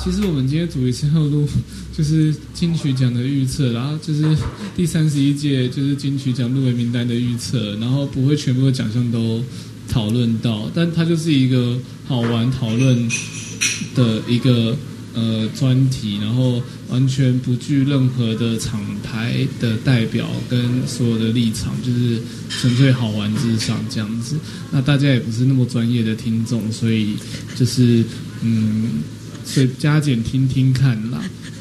其实我们今天主题是要录就是金曲奖的预测，然后就是第31届就是金曲奖入围名单的预测，然后不会全部的奖项都讨论到，但它就是一个好玩讨论的一个专题，然后完全不具任何的厂牌的代表跟所有的立场，就是纯粹好玩之上这样子。那大家也不是那么专业的听众，所以就是所以加减听听看啦。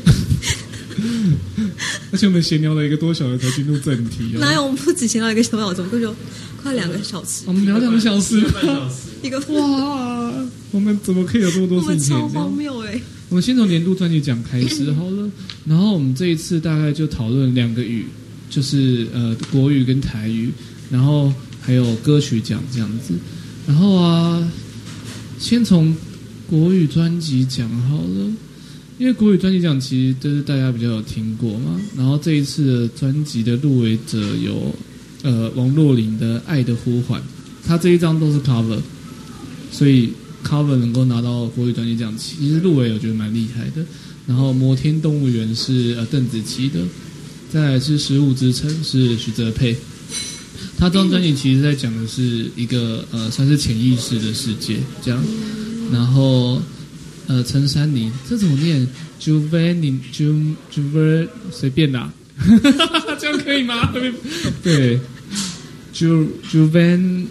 而且我们闲聊了1个多小时才进入正题。 哪有，我们不止闲聊1个小时，怎么就快2个小时？ 我们聊2个小时吗？ 一个哇！我们怎么可以有这么多事情？ 我们超荒谬欸。 我们先从年度专辑奖开始好了，然后我们这一次大概就讨论2个语，就是国语跟台语，然后还有歌曲奖这样子。然后先从国语专辑奖好了，因为国语专辑奖其实都是大家比较有听过嘛。然后这一次的专辑的入围者有王若琳的《爱的呼唤》，他这一张都是 cover， 所以 cover 能够拿到国语专辑奖，其实入围我觉得蛮厉害的。然后《摩天动物园》是邓紫棋的，再来是《食物之城》是许哲佩。他这张专辑其实在讲的是一个算是潜意识的世界这样。然后陈珊妮，这怎么念 ？Juvenile 随便啦，这样可以吗？对 ，Juvenile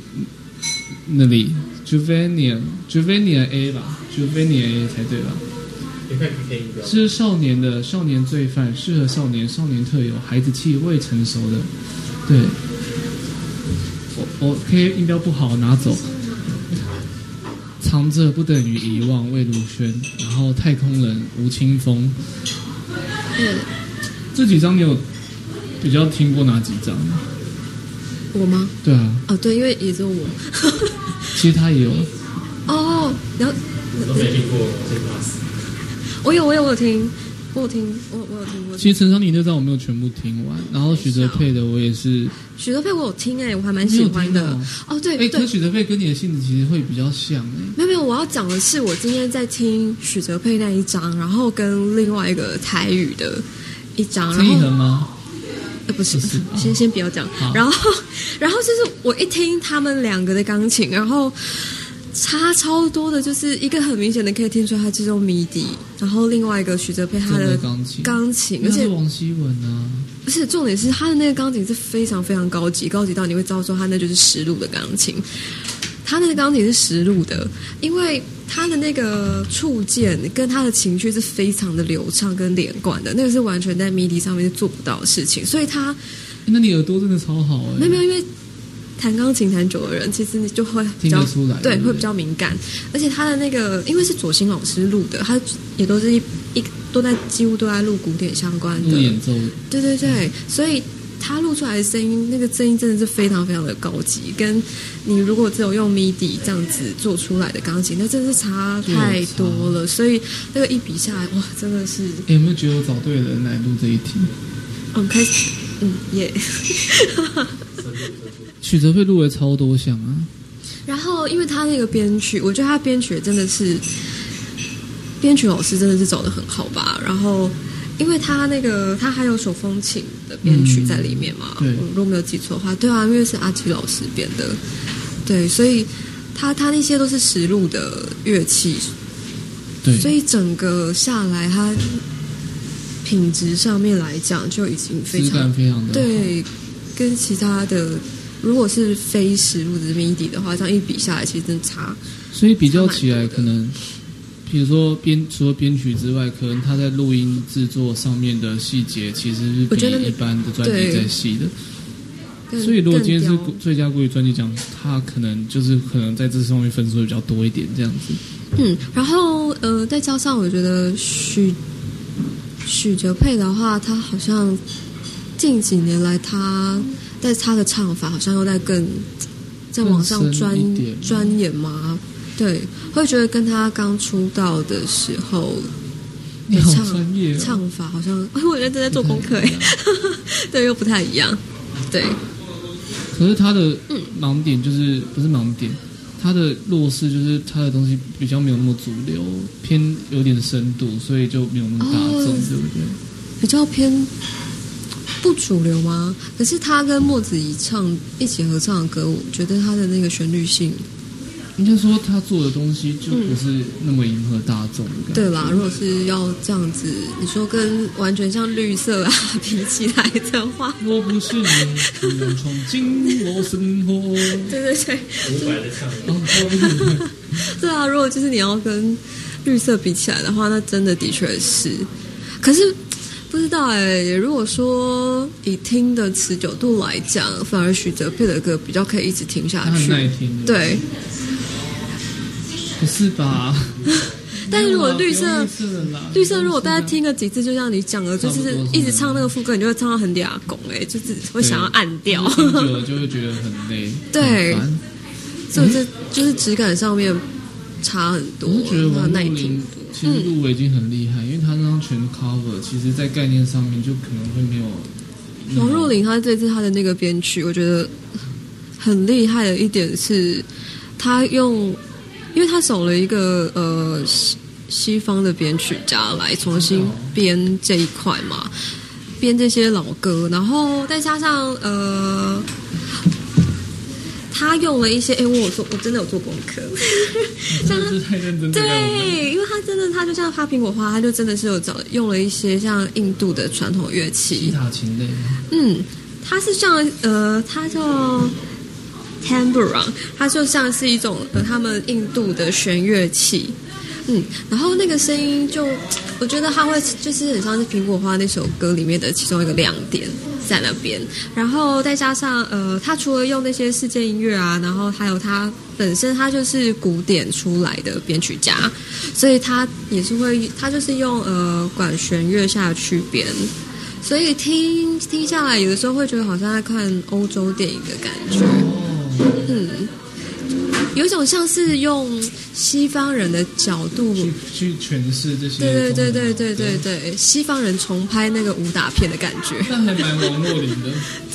A 吧 ，Juvenile A 才对吧？是少年罪犯，适合少年特有，孩子气，未成熟的。对，我可以音调不好拿走。藏着不等于遗忘，魏如萱，然后太空人吴青峰。这几张你有比较听过哪几张？ 我吗？ 对啊。 哦，对，因为也只有我。 其实他也有。 哦，然后我都没听过这 pass。 我有听，我有听过。 其实陈珊妮那张我没有全部听完，然后许哲佩的我也是。 许哲佩我有听我还蛮喜欢的。哦，对， 可是许哲佩跟你的性质其实会比较像没有，我要讲的是我今天在听许哲佩那一张，然后跟另外一个台语的一张。 陈奕恒吗？ 不是，先不要讲。然后就是我一听他们2个的钢琴，然后差超多的，就是一个很明显的可以听出来他是用 MIDI， 然后另外一个许哲佩他的钢琴，而且王希文啊。 不是，重点是他的那个钢琴是非常非常高级到你会知道说他那就是实录的钢琴。他那个钢琴是实录的，因为他的那个触键跟他的情绪是非常的流畅跟连贯的，那个是完全在 MIDI 上面是做不到的事情，所以他那你耳朵真的超好没有，因为弹钢琴弹久的人，其实你就会比较听得出来， 对，会比较敏感。而且他的那个，因为是左心老师录的，他也都是几乎都在录古典相关的录演奏。 对，所以他录出来的声音，那个声音真的是非常非常的高级。跟你如果只有用 MIDI 这样子做出来的钢琴，那真的是差太多了。所以那个一比下来，哇，真的是。 有没有觉得我找对人来录这一题？ 开始，耶。 许哲佩入围超多项啊。 然后因为他那个编曲，我觉得他编曲真的是编曲老师真的是找得很好吧。然后因为他还有手风琴的编曲在里面嘛，我如果没有记错的话，对啊，因为是阿基老师编的，对，所以他那些都是实录的乐器，对，所以整个下来他品质上面来讲就已经非常的对，跟其他的如果是非实录的 MIDI 的话，这样一比下来其实真的差， 所以比较起来可能比如说除了编曲之外，可能他在录音制作上面的细节其实是比一般的专辑在细的。所以如果今天是最佳国语专辑奖，他可能在这上面分数会比较多一点这样子。 然后再加上我觉得许哲佩的话，他好像近几年来但是他的唱法好像又在往上钻研嘛，对，会觉得跟他刚出道的时候的唱法好像，我认真在做功课对，又不太一样，对。 可是他的盲点就是不是盲点， 它的弱势就是它的东西比较没有那么主流，偏有点深度，所以就没有那么大众，对不对？ 比较偏不主流吗？可是他跟莫子仪一起合唱的歌，我觉得他的那个旋律性， 应该说他做的东西就不是那么迎合大众的感觉。 对啦，如果是要这样子，你说跟完全像绿色啊比起来的话， 若不是你突然闯进我生活， 对对对， 伍佰的唱对啊，如果就是你要跟绿色比起来的话，那真的的确是。可是不知道如果说以听的持久度来讲，反而许哲佩的歌比较可以一直听下去， 他很耐听。 对， 不是吧？ 但是如果绿色如果大家听个几次，就像你讲的，就是一直唱那个副歌，你就会唱到很嗲拱就是会想要按掉， 听久了就会觉得很累， 对， 很烦。 所以这就是质感上面差很多。 我是觉得王耐若琳听度， 其实入围已经很厉害，因为他那张全 cover，其实在概念上面就可能会没有。 王若琳她这次她的那个编曲，我觉得很厉害的一点是，她因为她找了一个西方的编曲家来重新编这一块嘛，编这些老歌，然后再加上他用了一些，我真的有做功课， 像他是太认真， 对，因为他就像发苹果花，他就真的是用了一些像印度的传统乐器， 西塔琴类吗？ 它是像它叫 tambura， 它就像是一种他们印度的弦乐器。然后那个声音我觉得它会就是很像是苹果花那首歌里面的其中一个亮点在那边，然后再加上它除了用那些世界音乐啊，然后还有它本身它就是古典出来的编曲家，所以它也是它就是用管弦乐下去编，所以听下来有的时候会觉得好像在看欧洲电影的感觉，有一种像是用西方人的角度去诠释这些， 对，西方人重拍那个武打片的感觉， 那还蛮王若琳的，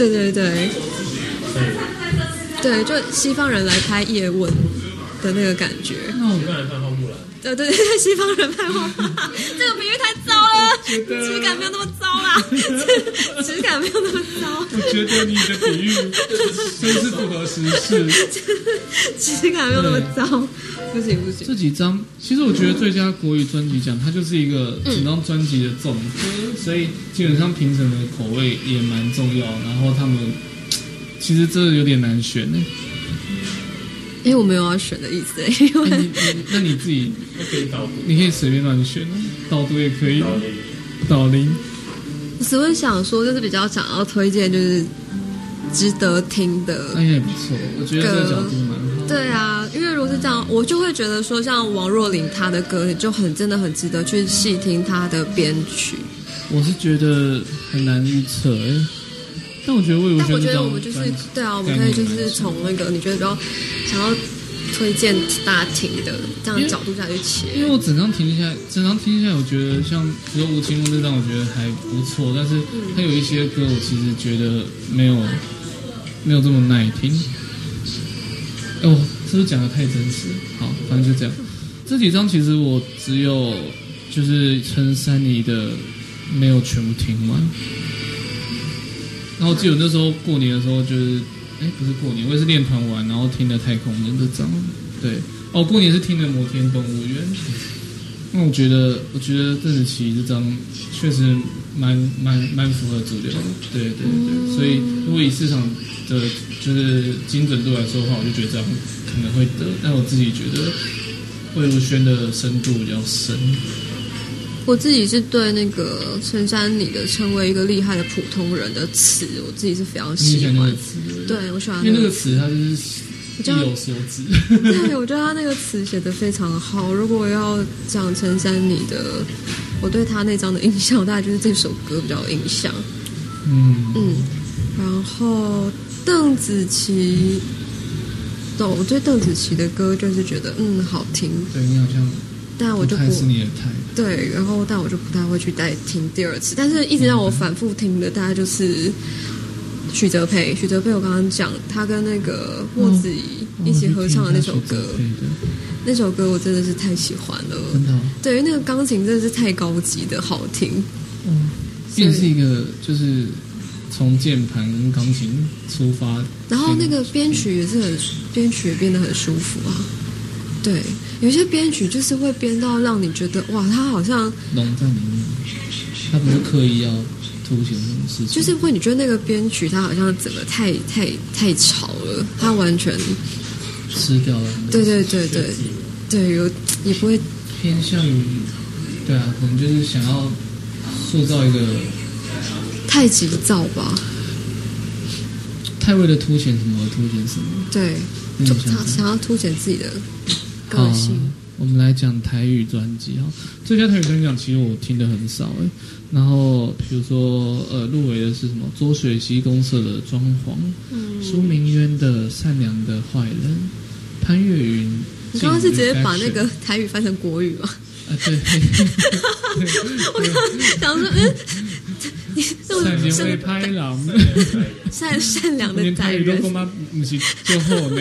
对，就西方人来拍叶问的那个感觉。 那我们刚才看花木兰， 对，西方人拍花木兰，这个比喻太糟了，质感没有那么糟啦，质感没有那么糟。 我觉得你的比喻真是不合时事， 质感没有那么糟，不行。 这几张其实我觉得最佳国语专辑奖，它就是一个整张专辑的总和，所以基本上评审的口味也蛮重要。然后他们其实这有点难选呢。 我没有要选的意思那你自己可以导读， 你可以随便乱选导读也可以，导聆。 我只会想说，就是比较想要推荐，就是值得听的， 那也不错。我觉得这个角度蛮好。 对啊，因为如果是这样，我就会觉得说，像王若琳她的歌，就真的很值得去细听她的编曲。 我是觉得很难预测但我觉得魏如萱这张， 我们就是对啊，我们可以就是从那个你觉得比较想要推荐大家听的这样的角度下去切。 因为我整张听下来，我觉得像比如说吴青峰这张，我觉得还不错，但是他有一些歌，我其实觉得没有这么耐听。是不是讲的太真实？好，反正就这样。这几张其实我只有就是陈珊妮的没有全部听完。然后我记得那时候过年的时候，就是不是过年，我也是练团完，然后听了《太空人》这张，对，过年是听了《摩天动物园》。那我觉得邓紫棋这张确实蛮符合主流的，对，所以如果以市场的就是精准度来说的话，我就觉得这样可能会得，但我自己觉得魏如萱的深度比较深。 我自己是对那个陈珊妮的成为一个厉害的普通人的词，我自己是非常喜欢。对，我喜欢因为那个词，它就是意有所指。 对，我觉得他那个词写得非常好。如果我要讲陈珊妮的，我对他那张的印象，大概就是这首歌比较有印象。然后邓紫棋，我对邓紫棋的歌就是觉得好听。 对，你好像。 但我就不太是你的菜， 对，然后但我就不太会去再听第二次，但是一直让我反复听的大概就是许哲佩，我刚刚讲他跟那个莫子仪一起合唱的那首歌，那首歌我真的是太喜欢了， 真的、哦。 对，那个钢琴真的是太高级的好听。 也是一个就是从键盘跟钢琴出发， 然后那个编曲也是编曲也编得很舒服啊。对，有些编曲就是会编到让你觉得哇，他好像融在里面，他不是刻意要凸显什么事情， 就是会你觉得那个编曲它好像整个太吵了，它完全吃掉了。 对，有也不会偏向于，对啊，可能就是想要塑造一个太急躁吧， 太为了凸显什么而凸显什么。 对，就他想要凸显自己的个性。 我们来讲台语专辑哈，最佳台语专辑其实我听的很少哎。然后比如说入围的是什么？浊水溪公社的装潢，苏明渊的善良的坏人，潘越云。 你刚刚是直接把那个台语翻成国语吗？ 对。 我刚刚想说， 善良的歹人， 善良的歹人。 连台语都他妈不是最好呢。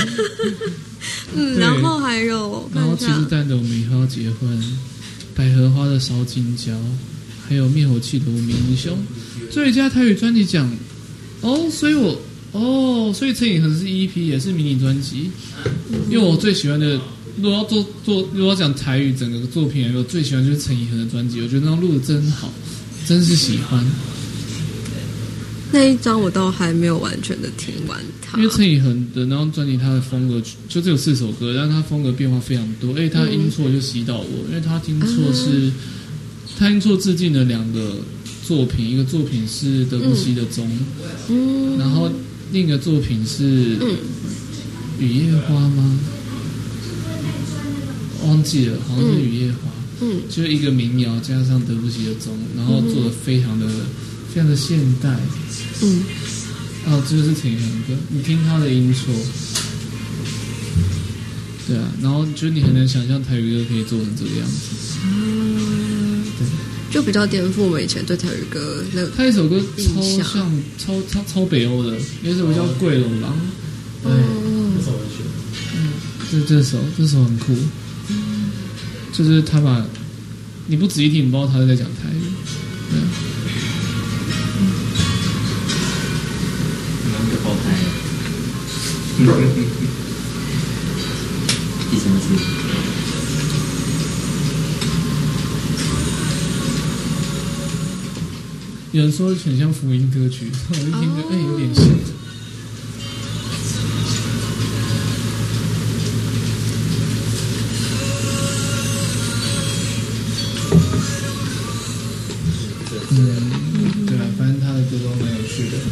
然后还有， 然后骑士蛋的我们以后要结婚，百合花的烧金胶，还有灭火器的无名英雄，最佳台语专辑奖所以陈以恒是 EP 也是迷你专辑，因为我最喜欢的，如果要讲台语整个作品，我最喜欢就是陈以恒的专辑，我觉得那张录的真好，真是喜欢。 那一张我倒还没有完全的听完它， 因为陈以恒的那张专辑，他的风格就只有4首歌，但他风格变化非常多。他的音错就洗到我，因为他听错是，他音错致敬的2个作品，一个作品是德布西的钟，然后另一个作品是雨夜花吗？忘记了，好像是雨夜花。就是一个民谣加上德布西的钟，然后做的非常的现代。这就是陈以恒歌，你听他的音错，对啊，然后就是你很难想象台语歌可以做成这个样子。对， 就比较颠覆我们以前对台语歌那个。 他一首歌超北欧的，有一首叫《贵楼郎》。对， 这首我学。 这首很酷，就是他把你不仔细听，你不知道他是在讲台语。对。 后台，第什么字？ 有人说很像福音歌曲，我一听就有点像。对啊，反正他的歌都蛮有趣的。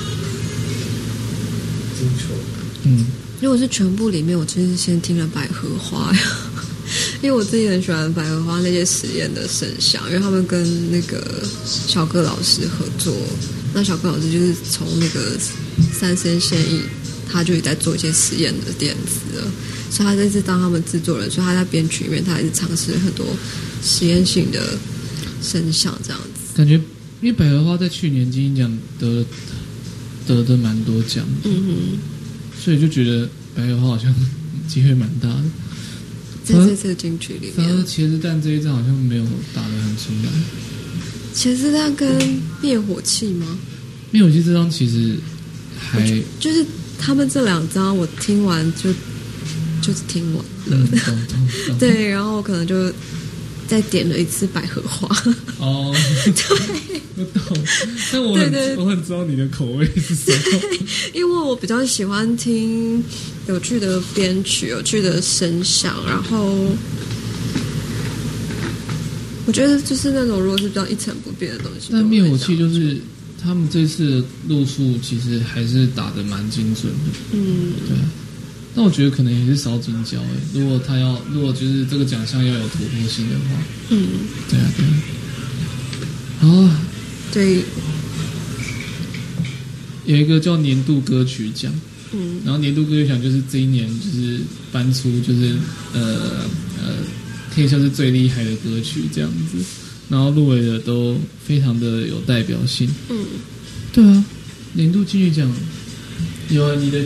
如果是全部里面，我其实是先听了百合花呀，因为我自己很喜欢百合花那些实验的声响，因为他们跟那个小哥老师合作，那小哥老师就是从那个三生现役，他就也在做一些实验的电子了，所以他这次当他们制作人，所以他在编曲里面，他还是尝试很多实验性的声响这样子。 感觉因为百合花在去年金鹰奖得的蛮多奖，所以就觉得百合花好像机会蛮大的。 在这次金曲里面， 反而茄子蛋这一站好像没有打得很出来。 茄子蛋跟灭火器吗？ 灭火器这张其实还就是他们这2张我听完就是听完了， 懂对，然后我可能就再点了一次百合花。对， 我懂，但我很知道你的口味是什么。 因为我比较喜欢听有趣的编曲、有趣的声响，然后我觉得就是那种如果是比较一成不变的东西。 但灭火器就是他们这次的路数其实还是打得蛮精准的，对啊。但我觉得可能也是烧金胶如果就是这个奖项要有突破性的话，对啊。好，对，有一个叫年度歌曲奖，然后年度歌曲奖就是这一年就是颁出就是可以说是最厉害的歌曲这样子，然后入围的都非常的有代表性，对啊。 年度金曲奖有啊，你的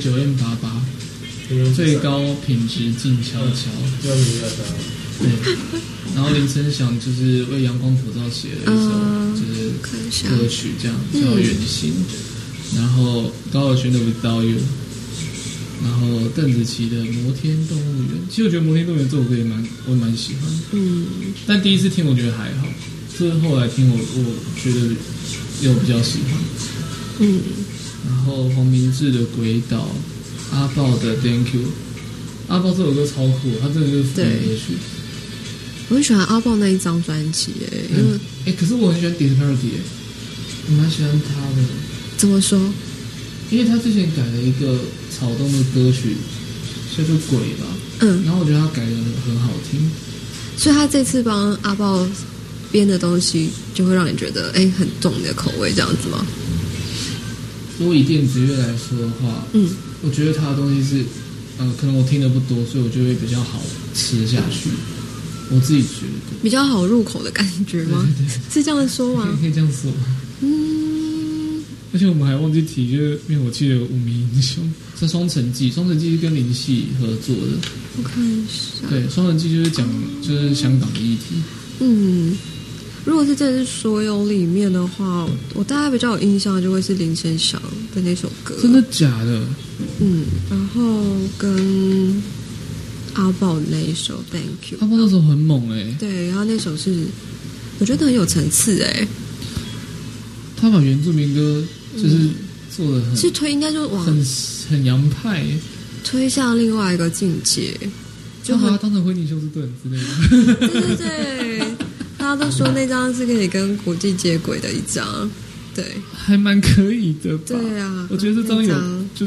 9M88最高品质静悄悄， 要你要的。 对。然后林声祥就是为阳光普照写了一首就是歌曲，这样叫《远行》。然后高尔宣的《Without You》，然后邓紫棋的《摩天动物园》。其实我觉得《摩天动物园》这首歌我也蛮喜欢的。但第一次听我觉得还好，是后来听我觉得有比较喜欢。然后黄明志的《鬼岛》，阿豹的《Thank You》。阿豹这首歌超酷，他真的就是福音歌曲。 我很喜欢阿豹那一张专辑因为可是我很喜欢 Disparity 我蛮喜欢他的。 怎么说？ 因为他之前改了一个草东的歌曲，叫做《鬼》吧。然后我觉得他改的很好听。 所以他这次帮阿豹编的东西，就会让你觉得很重你的口味，这样子吗？ 如果以电子乐来说的话，我觉得他的东西是，可能我听的不多，所以我就会比较好吃下去。我自己觉得比较好入口的感觉吗？对是这样说吗？ 可以这样说。而且我们还忘记提，就是灭火器的无名英雄是双城记，双城记是跟林夕合作的。 我看一下， 对，双城记就是讲就是香港的议题。 如果是这是所有里面的话，我大概比较有印象就会是林声祥的那首歌。 真的假的？ 然后跟阿豹的那一首 Thank You， 阿豹那首很猛对，然后那首是我觉得很有层次他把原住民歌就是做的很是推，应该就往很洋派推向另外一个境界， 就把它当成惠妮休斯顿之类的。 对，大家都说那张是可以跟国际接轨的一张，对， 还蛮可以的吧？ 对啊， 我觉得这张有就是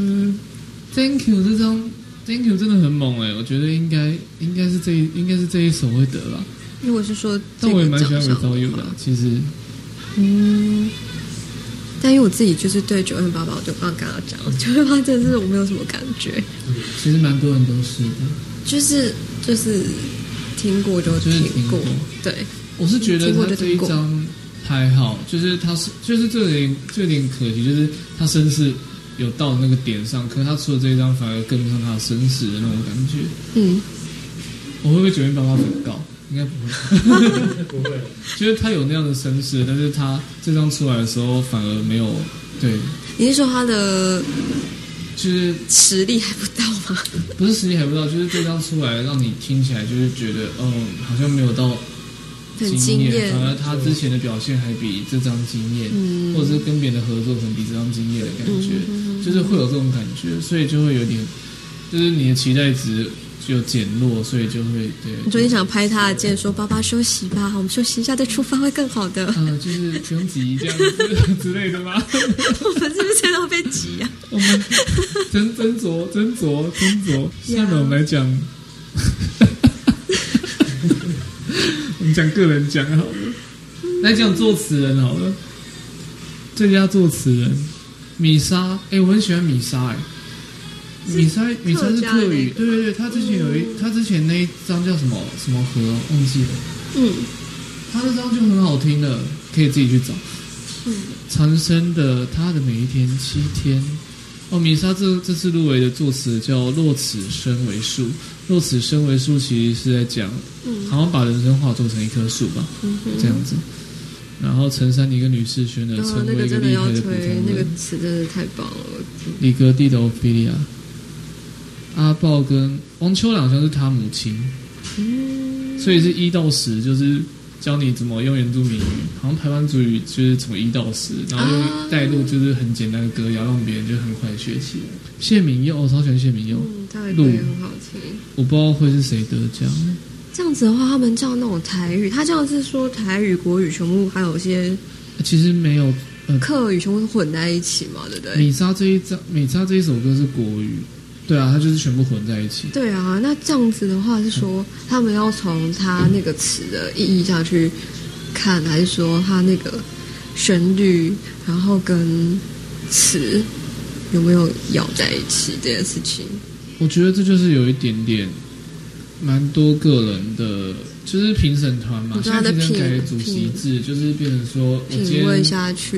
Thank You 这张 Thank You 真的很猛我觉得应该是这一首会得吧。 如果是说， 但我也蛮喜欢 Without You 的，其实。 但因为我自己就是对9M88，我就刚刚跟他讲，9M88真的是我没有什么感觉。 其实蛮多人都是的， 就是听过就听过，对。 我是觉得他这一张还好，就是他是就是这有点可惜，就是他声势有到那个点上，可是他出了这一张反而跟不上他的声势的那种感觉。我会不会9M88很高？应该不会， 不会。 就是他有那样的声势，但是他这张出来的时候反而没有。对， 你是说他的就是实力还不到吗？ 不是实力还不到，就是这张出来让你听起来就是觉得，好像没有到很惊艳， 反而他之前的表现还比这张惊艳，或者是跟别人的合作可能比这张惊艳的感觉，就是会有这种感觉，所以就会有点，就是你的期待值就减弱，所以就会对。 你昨天想拍他的肩，说爸爸休息吧，我们休息一下再出发会更好的。 就是不用急这样子之类的吗？ 我们是不是真的会被急啊？ 我们斟酌。下面我们来讲，我们讲个人奖好了，来讲作词人好了。最佳作词人米莎，我很喜欢米莎米莎是客语，对，他之前那一张叫什么河忘记了，他那张就很好听了，可以自己去找。长生的他的每一天7天，米莎这次入围的作词叫若此生为树，若此生为树其实是在讲，好像把人生化作成一棵树吧，这样子。然后陈珊妮跟吕世轩的成为一个厉害的普通人， 那个词真的太棒了。 李格弟的 Ophelia， 阿豹跟王秋朗好像是他母亲，所以是1到10，就是教你怎么用原住民语，好像排湾族语就是从1到10，然后用带入就是很简单的歌谣，让别人就很快学起来。谢敏佑，我超喜欢谢敏佑， 他的歌也很好听。 我不知道会是谁得奖。 这样子的话，他们叫那种台语，他这样是说台语、国语全部还有一些， 其实没有客语全部混在一起嘛，对不对？ 米莎这一首歌是国语，对啊，它就是全部混在一起。 对啊，那这样子的话是说，他们要从他那个词的意义下去看，还是说他那个旋律，然后跟词有没有咬在一起这件事情？ 我觉得这就是有一点点。蛮多个人的，就是评审团嘛，现在评审改主席制，就是变成说， 品味下去。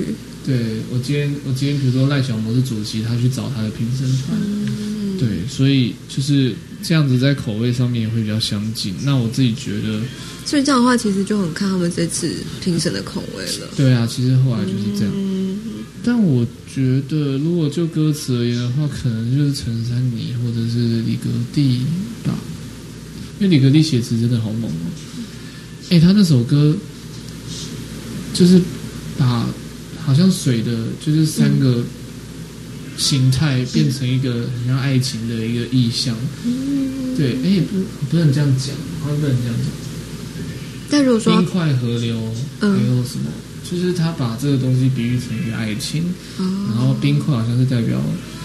对我今天比如说赖小魔是主席，他去找他的评审团，对，所以就是这样子，在口味上面也会比较相近。那我自己觉得， 所以这样的话，其实就很看他们这次评审的口味了。 对啊，其实后来就是这样。但我觉得，如果就歌词而言的话，可能就是陈珊妮或者是李格弟吧，因为李格弟写词真的好猛哦。他那首歌就是把好像水的，就是3个形态变成一个很像爱情的一个意象。对，不能这样讲，好像不能这样讲。 但如果说冰块、河流，还有什么？就是他把这个东西比喻成一个爱情，然后冰块好像是代表，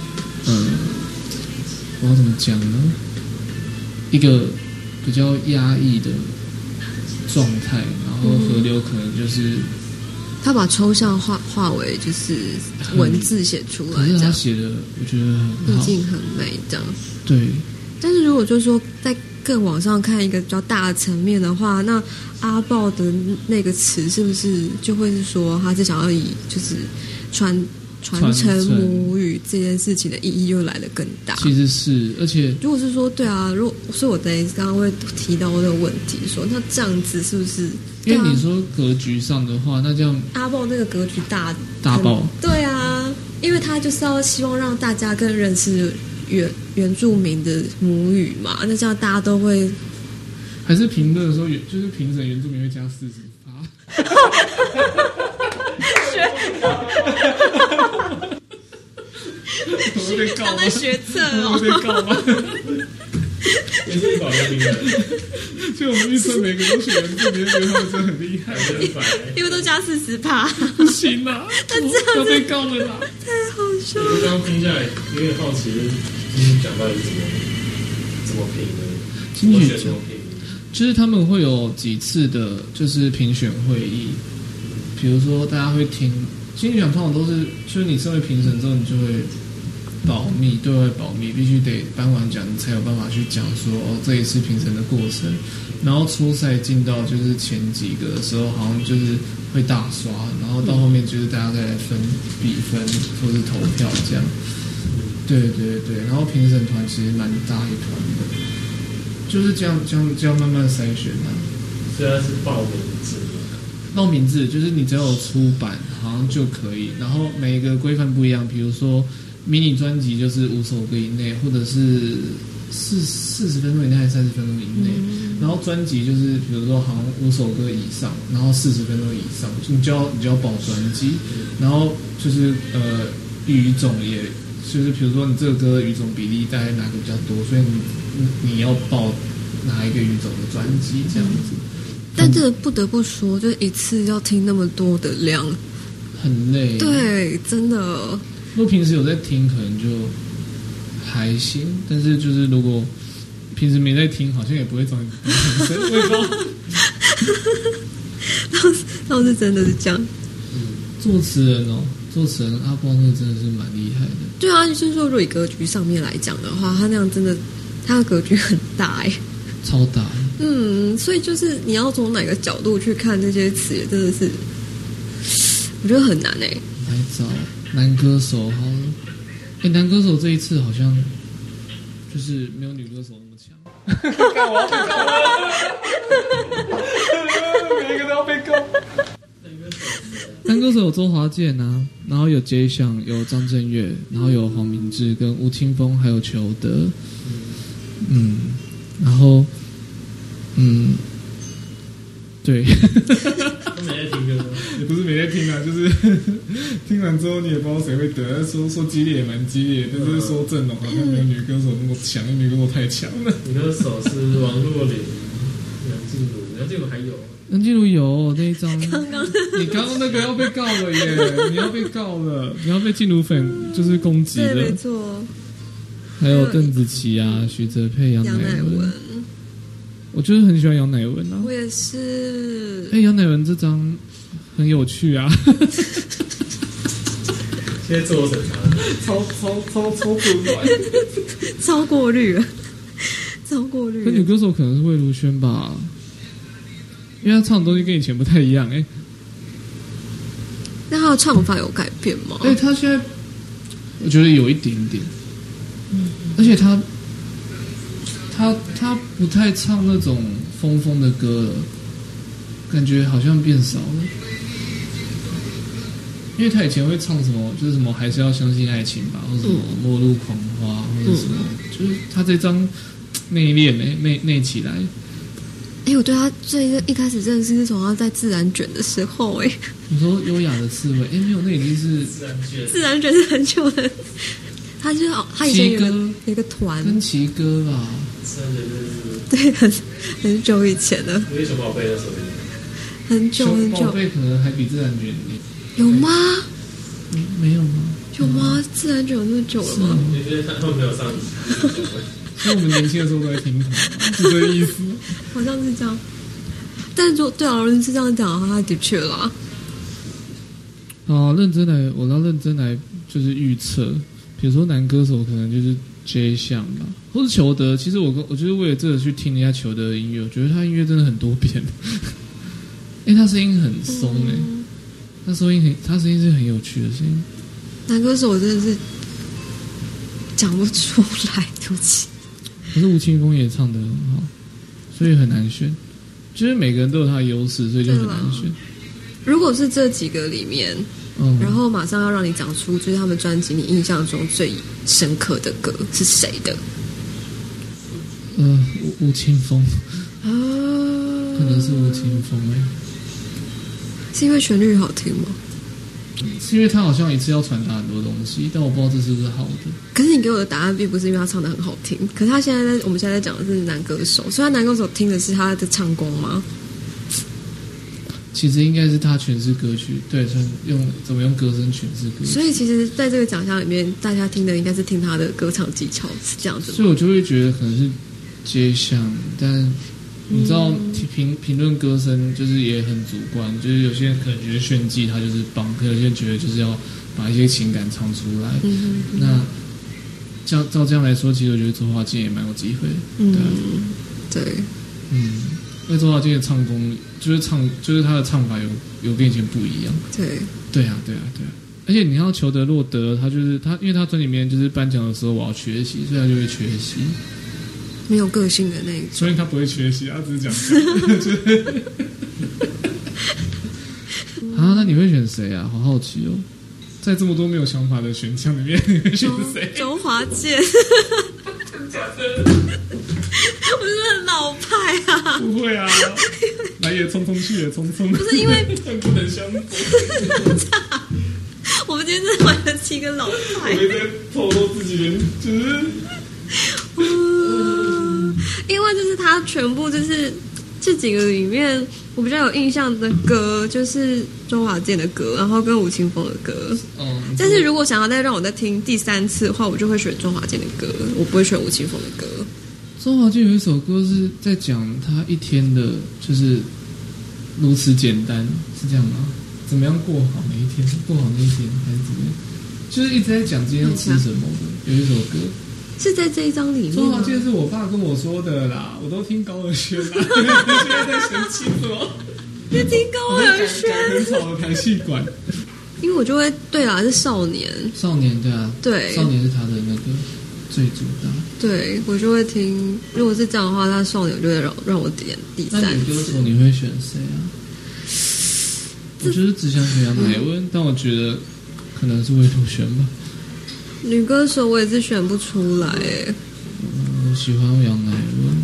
我要怎么讲呢？一个比较压抑的状态，然后河流可能就是他把抽象化为就是文字写出来， 可是他写的我觉得很好， 意境很美，这样。 对。 但是如果就是说在更往上看一个比较大的层面的话，那阿豹的那个词是不是就会是说他是想要以就是传承母语这件事情的意义又来得更大？ 其实是，而且如果是说对啊，所以我在刚刚会提到这个问题，说那这样子是不是？ 因为你说格局上的话，那这样阿豹那个格局大爆， 对啊，因为他就是要希望让大家更认识原住民的母语嘛，那这样大家都会。 还是评论的时候，就是评审原住民会加40%。我被告吗？ 他在学测哦。 我被告吗？ 也是保留评审。 所以我们预测每个都是原住民，觉得他们真的很厉害， 因为都加40%。 不行啦，要被告了啦！ 太好笑了。 我刚刚听下来，有点好奇，就是讲到底怎么评的？ 金曲奖就是他们会有几次的，就是评选会议，比如说大家会听金曲奖，通常都是就是你身为评审之后，你就会保密，对外保密，必须得颁完奖，你才有办法去讲说这一次评审的过程。然后初赛进到就是前几个的时候，好像就是会大刷，然后到后面就是大家再来比分或是投票这样。对对对，然后评审团其实蛮大一团的。就是这样慢慢筛选啊。 虽然是报名制， 报名制就是你只要有出版，好像就可以。然后每一个规范不一样，比如说迷你专辑就是5首歌以内，或者是40分钟以内还是30分钟以内。然后专辑就是比如说好像5首歌以上，然后40分钟以上，你就要报专辑。然后就是语种也。就是比如说你这个歌的语种比例大概哪个比较多，所以你要报哪一个语种的专辑这样子。 但这不得不说，就一次要听那么多的量， 很累。对， 真的。 如果平时有在听，可能就还行。但是就是如果平时没在听，好像也不会找你评审。我也不知道。 倒是真的是这样。 作词人阿豹那真的是蛮厉害的。 对啊，就是说，如果以格局上面来讲的话，他那样真的，他的格局很大超大。 所以就是你要从哪个角度去看这些词，也真的是，我觉得很难来找男歌手好了。男歌手这一次好像就是没有女歌手那么强。干我要被告了！每一个都要被告。男歌手有周华健啊，然后有杰祥，有张震岳，然后有黄明志跟吴青峰，还有裘德。然后对。 都没在听歌吗？ 也不是没在听啊，就是听完之后你也不知道谁会得，说激烈也蛮激烈，但是说阵容好像没有女歌手那么强，因为女歌手太强了。 女歌手是王若琳、梁静茹还有。 梁静茹有那一张，你刚刚那个要被告了耶！你要被告了，你要被静茹粉就是攻击了。 对，没错。 还有邓紫棋啊、许哲佩、杨乃文。我就是很喜欢杨乃文啊。 我也是。 杨乃文这张很有趣啊。 现在自我审查， 超混乱， 超过滤了，超过滤了。 可女歌手可能是魏如萱吧。因为他唱的东西跟以前不太一样， 那他的唱法有改变吗？ 他现在我觉得有一点点，而且他不太唱那种疯疯的歌了，感觉好像变少了。因为他以前会唱什么，就是什么还是要相信爱情吧，或者什么末路狂花，或者什么，就是他这张内敛内起来。 我对他最一开始认识是从他在自然卷的时候， 你说优雅的刺猬，没有，那已经是自然卷是很久的。他以前有一个团， 跟奇哥吧， 对，很久以前了。 因为熊宝贝的时候， 很久很久。 熊宝贝可能还比自然卷有吗？ 没有吗？ 有吗？自然卷有那么久了吗？ 你觉得他们没有上？ 所以我们年轻的时候都在听团，是这个意思。 好像是这样。但是对啊，人是这样讲的话，的确啦。 我要认真来就是预测，比如说男歌手可能就是 J 项吧，或是裘德。其实我就是为了这个去听一下裘德的音乐，我觉得他音乐真的很多变。他声音很松他声音是很有趣的声音。 男歌手我真的是讲不出来，对不起。 可是吴青峰也唱得很好，所以很难选。就是每个人都有他的优势，所以就很难选。 如果是这几个里面，然后马上要让你讲出就是他们专辑你印象中最深刻的歌是谁的？ 吴青峰可能是吴青峰是因为旋律好听吗？ 是因为他好像一次要传达很多东西，但我不知道这是不是好的。 可是你给我的答案并不是因为他唱得很好听，可是我们现在在讲的是男歌手，所以他男歌手听的是他的唱功吗？ 其实应该是他诠释歌曲，对，怎么用歌声诠释歌曲。 所以其实在这个奖项里面，大家听的应该是听他的歌唱技巧，是这样子吗？ 所以我就会觉得可能是街巷，但你知道评论歌声就是也很主观，就是有些人可能觉得炫技他就是棒，可有些人觉得就是要把一些情感唱出来。那照这样来说，其实我觉得周华健也蛮有机会的。 对， 因为周华健的唱功就是他的唱法有跟以前不一样。对啊。而且你看到裘德洛德，因为他专辑里面就是颁奖的时候我要缺席，所以他就会缺席。 没有个性的那一种， 所以他不会缺席，他只是讲那你会选谁啊？好好奇哦，在这么多没有想法的选项里面，你会选谁？ 周华健。我真的很老派啊！ 不会啊，来也匆匆，去也匆匆。 不是因为不能相逢。 我们今天真的玩了7个老派。 我在透露自己的，就是因为就是他全部就是这几个里面，我比较有印象的歌就是周华健的歌，然后跟吴青峰的歌。但是如果想要再让我再听第3次的话，我就会选周华健的歌，我不会选吴青峰的歌。 周华健有一首歌是在讲他一天的，就是如此简单，是这样吗？怎么样过好每一天，过好那一天还是怎么样？就是一直在讲今天要吃什么的。有一首歌是在这一张里面吗？ 周华健是我爸跟我说的啦，我都听高尔宣啦。现在在生气什么？ 你听高尔宣？ 很吵的排气管。 因为我就会对啦，是少年，对啊，对， 少年是他的那个最主打。 对，我就会听。如果是这样的话，那少年我就会让我点第3次。 那女歌手你会选谁啊？我就是只想选杨乃文，但我觉得可能是魏如萱吧。 女歌手我也是选不出来耶。 我喜欢杨乃文。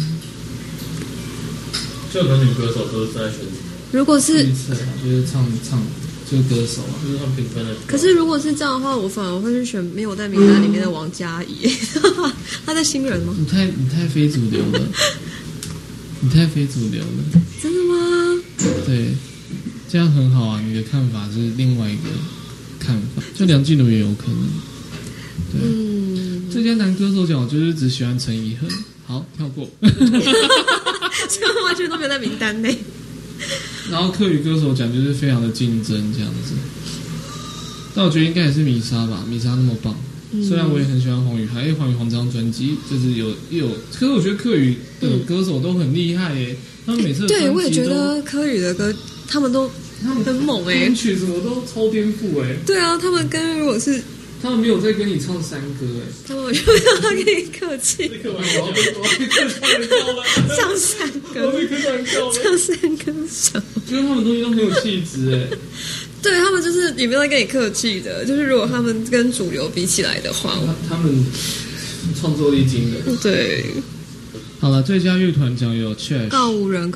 这个女歌手都是在选什么？ 如果是就是唱就是歌手啊， 就是他们评分的。 可是如果是这样的话，我反而会去选没有在名单里面的王嘉怡。她在新人吗？ 你太非主流了，你太非主流了。 真的吗？ 对，这样很好啊。你的看法是另外一个看法，就梁静茹也有可能。对，最佳男歌手奖我就是只喜欢陈以恒。好，跳过。 这样完全都没有在名单内。 然后客语歌手奖就是非常的竞争这样子，但我觉得应该也是米莎吧，米莎那么棒。虽然我也很喜欢黄宇涵，因为黄宇涵这张专辑就是有，可是我觉得客语的歌手都很厉害耶，他们每次的对我也觉得客语的歌他们都他们很猛编曲什么都超颠覆对啊，他们跟如果是他们没有在跟你唱山歌他们就让他跟你客气， 我被客串够了， 像山歌， 我被客串够了， 像山歌手， 就是他们东西都很有气质对他们就是也没有在跟你客气的，就是如果他们跟主流比起来的话， 他们创作力惊人。 对。 好了，最佳乐团奖有 Trash、 告五人、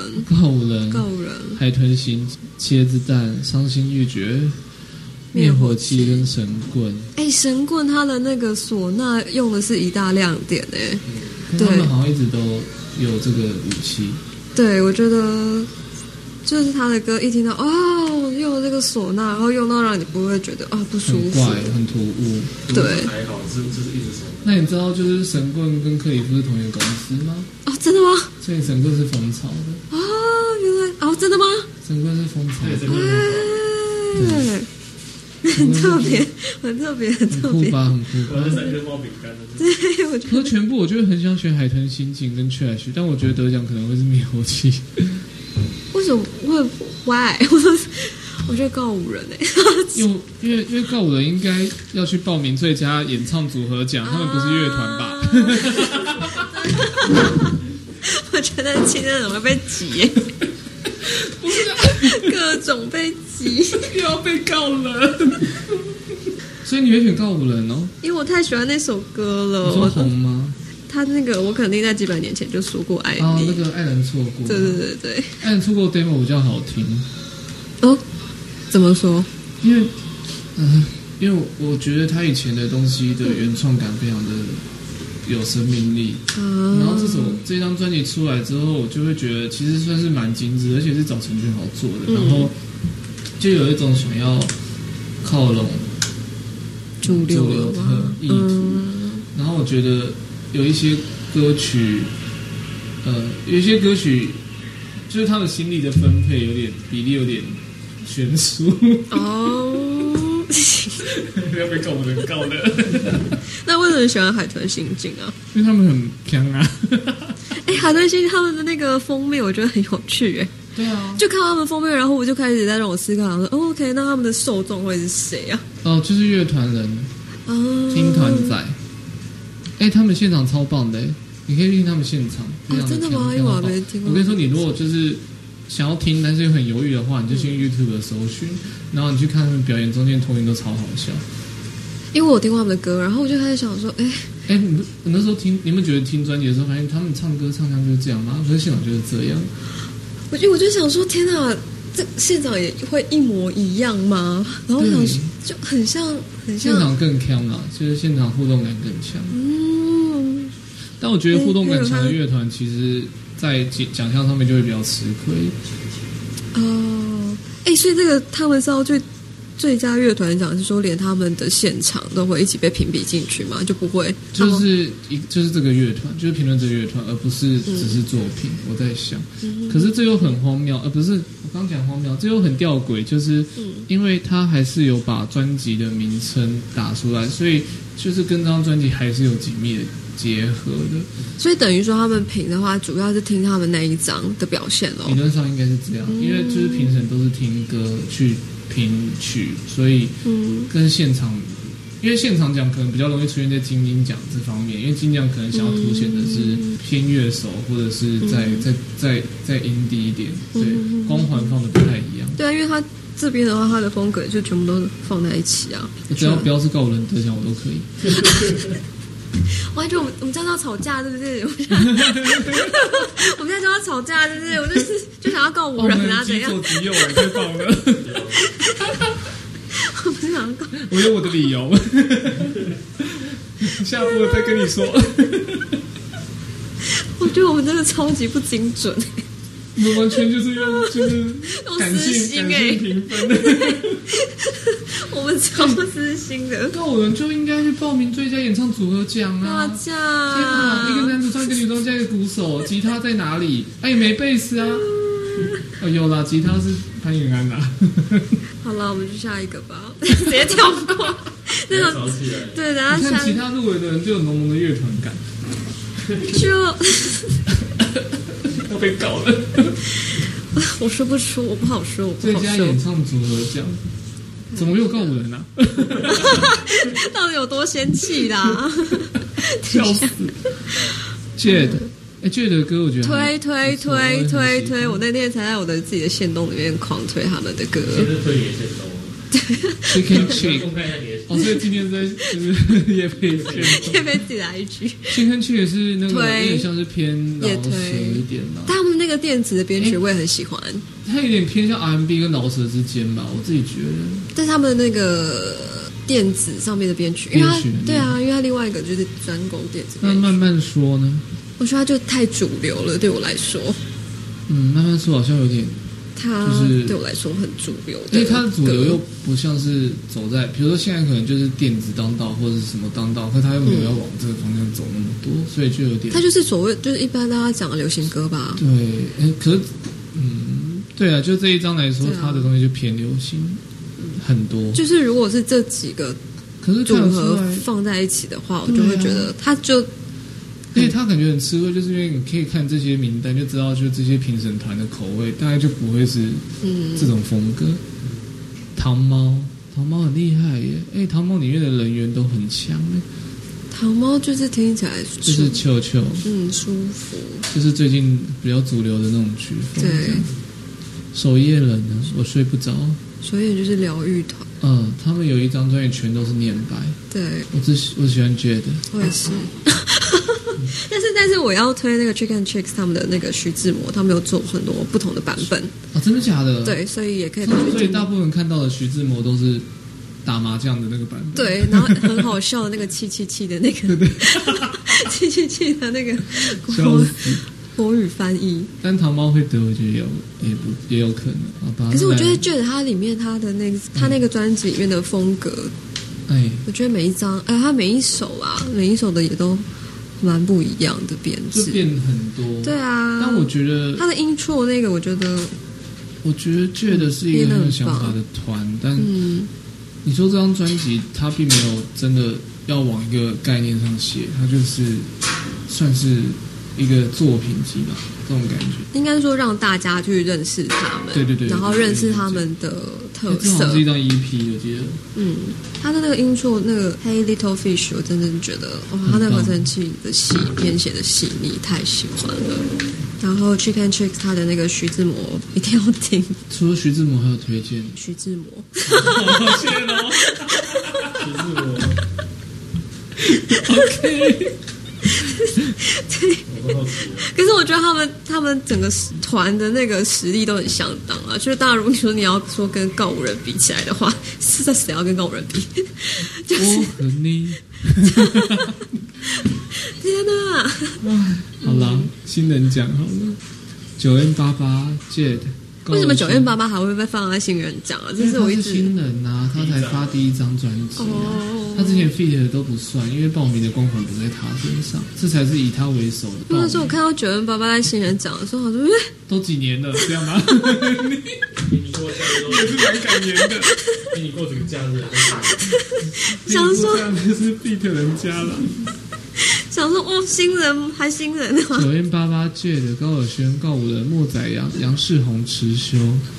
海豚星、茄子蛋、伤心欲绝、灭火器跟神棍。 神棍他的那个唢呐用的是一大亮点他们好像一直都有这个武器。 对，我觉得就是他的歌一听到用了这个唢呐，然后用到让你不会觉得不舒服， 很怪，很突�i。 对， 还好，就是一直什么。 那你知道就是神棍跟克里夫是同一个公司吗？ 真的吗？ 所以神棍是蜂巢的。 原来真的吗？ 神棍是蜂巢的。 对，很特别，很酷吧，很酷吧。 我是3根包饼干的。 对，我觉得。 全部我就很想选海豚刑警跟 Trash， 但我觉得得奖可能会是灭火器。 为什么会 ？Why？我觉得告五人因为告五人应该要去报名最佳演唱组合奖，他们不是乐团吧？ 我觉得今天怎么会被挤？ 不是各种被挤， 又要被告了。所以你会选告五人哦？ 因为我太喜欢那首歌了。 你说红吗？ 他那个我肯定在几百年前就说过爱你。 那个爱人错过。 对， 爱人错过 demo 比较好听。 怎么说？ 因为我觉得他以前的东西的原创感非常的有生命力，然后这张专辑出来之后，我就会觉得其实算是蛮精致，而且是找陈俊豪做的，然后就有一种想要靠拢主流的意图。然后我觉得有一些歌曲，就是他们心力的分配比例有点悬殊。不要被告我人告的。 那为什么喜欢海豚刑警啊？ 因为他们很强啊。 海豚刑警他们的那个封面我觉得很有趣对啊， 就看他们封面，然后我就开始在让我思考说，OK， 那他们的受众会是谁啊？ 就是乐团人，听团仔。他们现场超棒的，你可以听他们现场。 真的吗？因为我还没听过。 我跟你说，你如果就是想要听，但是又很犹豫的话，你就先 YouTube 搜寻，然后你去看他们表演，中间投影都超好笑。 因为我听过他们的歌，然后我就开始想说， 你那时候你们觉得听专辑的时候，发现他们唱歌唱腔就是这样吗？可是现场就是这样。我就想说，天哪，这现场也会一模一样吗？然后我想说，就很像。 现场更强啊，就是现场互动感更强。但我觉得互动感强的乐团，其实在奖项上面就会比较吃亏。 所以这个他们是要最佳乐团奖，是说连他们的现场都会一起被评比进去吗？就不会？ 就是这个乐团，就是评论这个乐团，而不是只是作品。我在想，可是这又很荒谬，不是我刚讲荒谬，这又很吊诡，就是因为他还是有把专辑的名称打出来，所以就是跟这张专辑还是有紧密的结合的。 所以等于说他们评的话，主要是听他们那一张的表现咯。 理论上应该是这样，因为就是评审都是听歌去评曲，所以跟现场，因为现场奖可能比较容易出现在金鹰奖这方面，因为金鹰奖可能想要凸显的是偏乐手，或者是再indie一点，对，光环放的不太一样。 对啊，因为他这边的话，他的风格就全部都放在一起啊。 只要不要是告人得奖，我都可以。 我还觉得我们家就要吵架，对不对？我们家就要吵架，对不对？我就想要告五人啊，怎样？ 我们极左极右，太棒了！ 我不是想要告， 我有我的理由。下播再跟你说。 我觉得我们真的超级不精准。 我们完全就是用感性评分的。 我们超私心的。 告五人就应该去报名最佳演唱组合奖啊！ 天哪，一个男主唱，一个女主唱，加一个鼓手，吉他在哪里？也没贝斯啊。有啦，吉他是潘元安啦。 好了，我们去下一个吧，直接跳过。 那种对，然后你看其他入围的人就有浓浓的乐团感。 就要被搞了。 我说不出，我不好说，我不最好说。 佳演唱组合奖，怎么又告五人啊？ 到底有多生气啦？ 笑死 ！Jade， Jade 的歌我觉得推，我那天才在我的自己的线动里面狂推他们的歌。 现在推你的线动。 Chicken Chick， 公开一下你的。 哦，所以今天在就是业配线动。 叶飞自己的 IG。 Chicken Chick 也是那个有推点像是偏饶舌一点啦， 但他们那个电子的编曲我也很喜欢， 它有点偏向 R&B 跟饶舌之间吧，我自己觉得。 但是他们的那个电子上面的编曲，因为它对啊，因为它另外一个就是专攻电子编曲。 那慢慢说呢？ 我觉得它就太主流了，对我来说。 慢慢说好像有点。 它就是对我来说很主流的， 因为它的主流又不像是走在，比如说现在可能就是电子当道或者是什么当道，可它又没有要往这个方向走那么多，所以就有点。 它就是所谓就是一般大家讲的流行歌吧。 对，可是对啊，就这一张来说，它的东西就偏流行很多。 就是如果是这几个可是组合放在一起的话，我就会觉得它就。 因为他感觉很吃味，就是因为你可以看这些名单就知道，就这些评审团的口味大概就不会是这种风格。糖猫很厉害耶，糖猫里面的人员都很强耶。 糖猫就是听起来就是球， 舒服， 就是最近比较主流的那种曲风。对，守夜人呢，我睡不着。 守夜就是疗愈团。 他们有一张专辑全都是念白。对，我喜欢 Jade， 我也是。但是我要推那个 Chicken Chicks 他们的那个徐志摩，他们有做很多不同的版本。 真的假的？ 对，所以也可以。 所以大部分看到的徐志摩都是打麻将的那个版本。 对，然后很好笑的那个777的那个，对777的那个国语翻译。 但糖猫会得，我觉得也有可能。 可是我觉得 Jade 它里面他的那个专辑里面的风格，我觉得每一张，他每一首的也都。蛮不一样的编制， 就变很多。对啊， 但我觉得他的intro那个，我觉得 Jade 是一个很有想法的团，但你说这张专辑，他并没有真的要往一个概念上写，他就是算是一个作品集吧，这种感觉。 应该说让大家去认识他们，对，然后认识他们的特色。 这好像是一张 EP， 我记得。 他的那个intro那个 Hey Little Fish， 我真的觉得他那合成器的编写的细腻，太喜欢了。然后 Chicken Chicks 他的那个徐志摩一定要听。 除了徐志摩，还有推荐徐志摩。 谢喽，徐志摩。OK。 对，可是我觉得他们整个团的那个实力都很相当啊。就是当然，如果说你要说跟告五人比起来的话，是在谁要跟告五人比？就是我和你。 天哪！ 好啦，新人奖好了，9M88 Jade。 为什么9M88还会被放在新人奖啊？这是我一直新人啊，他才发第一张专辑他之前 feat 的都不算，因为报名的光环不在他身上，这才是以他为首的。 那时候我看到9M88在新人奖的时候，好像都几年了，这样吗？ 你过假日也是蛮感人的。 你过这个假日， 想说这样就是 feat 人家了。 想说新人啊 9M88 Jade 高尔宣、告五人、莫宰阳、杨世宏、池修。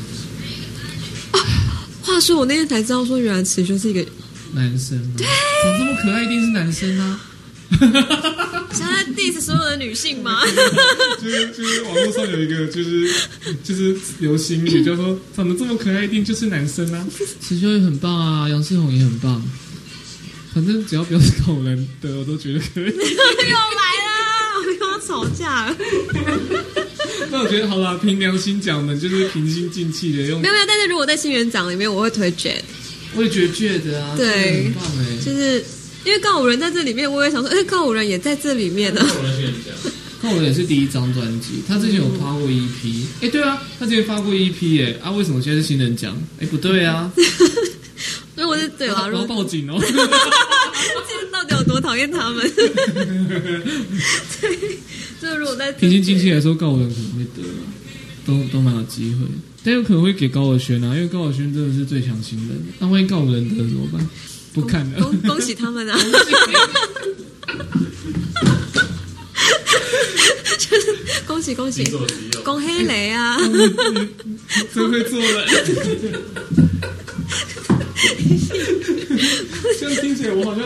话说我那天才知道，说原来池修是一个男生吗？对，长这么可爱一定是男生啊！ 现在 diss 所有的女性吗？ 就是网络上有一个就是流行语，叫做长得这么可爱一定就是男生啊！池修也很棒啊，杨世宏也很棒。反正只要不要是告五人的，我都觉得可以。又来了，我又要吵架了。 那我觉得好啦，凭良心讲的，就是平心静气的用。 没有，但是如果在新人奖里面，我会推 Jade。 我也觉得 Jade 啊，对，很棒哎。 就是因为告五人在这里面，我也想说，告五人也在这里面呢。 告五人也是第一张专辑，他之前有发过 EP。对啊，他之前发过 EP 为什么现在是新人奖？不对啊。 所以我是对啦， 我要报警哦！ 到底有多讨厌他们？对，就是如果在平心静气来说，告五人可能会得，都蛮有机会，但有可能会给高尔宣啊，因为高尔宣真的是最强新人。那万一告五人得怎么办？不看了， 恭喜他们啊！ 恭喜恭喜， 星座16 恭黑雷啊！ 真会做人。这样听起来我好像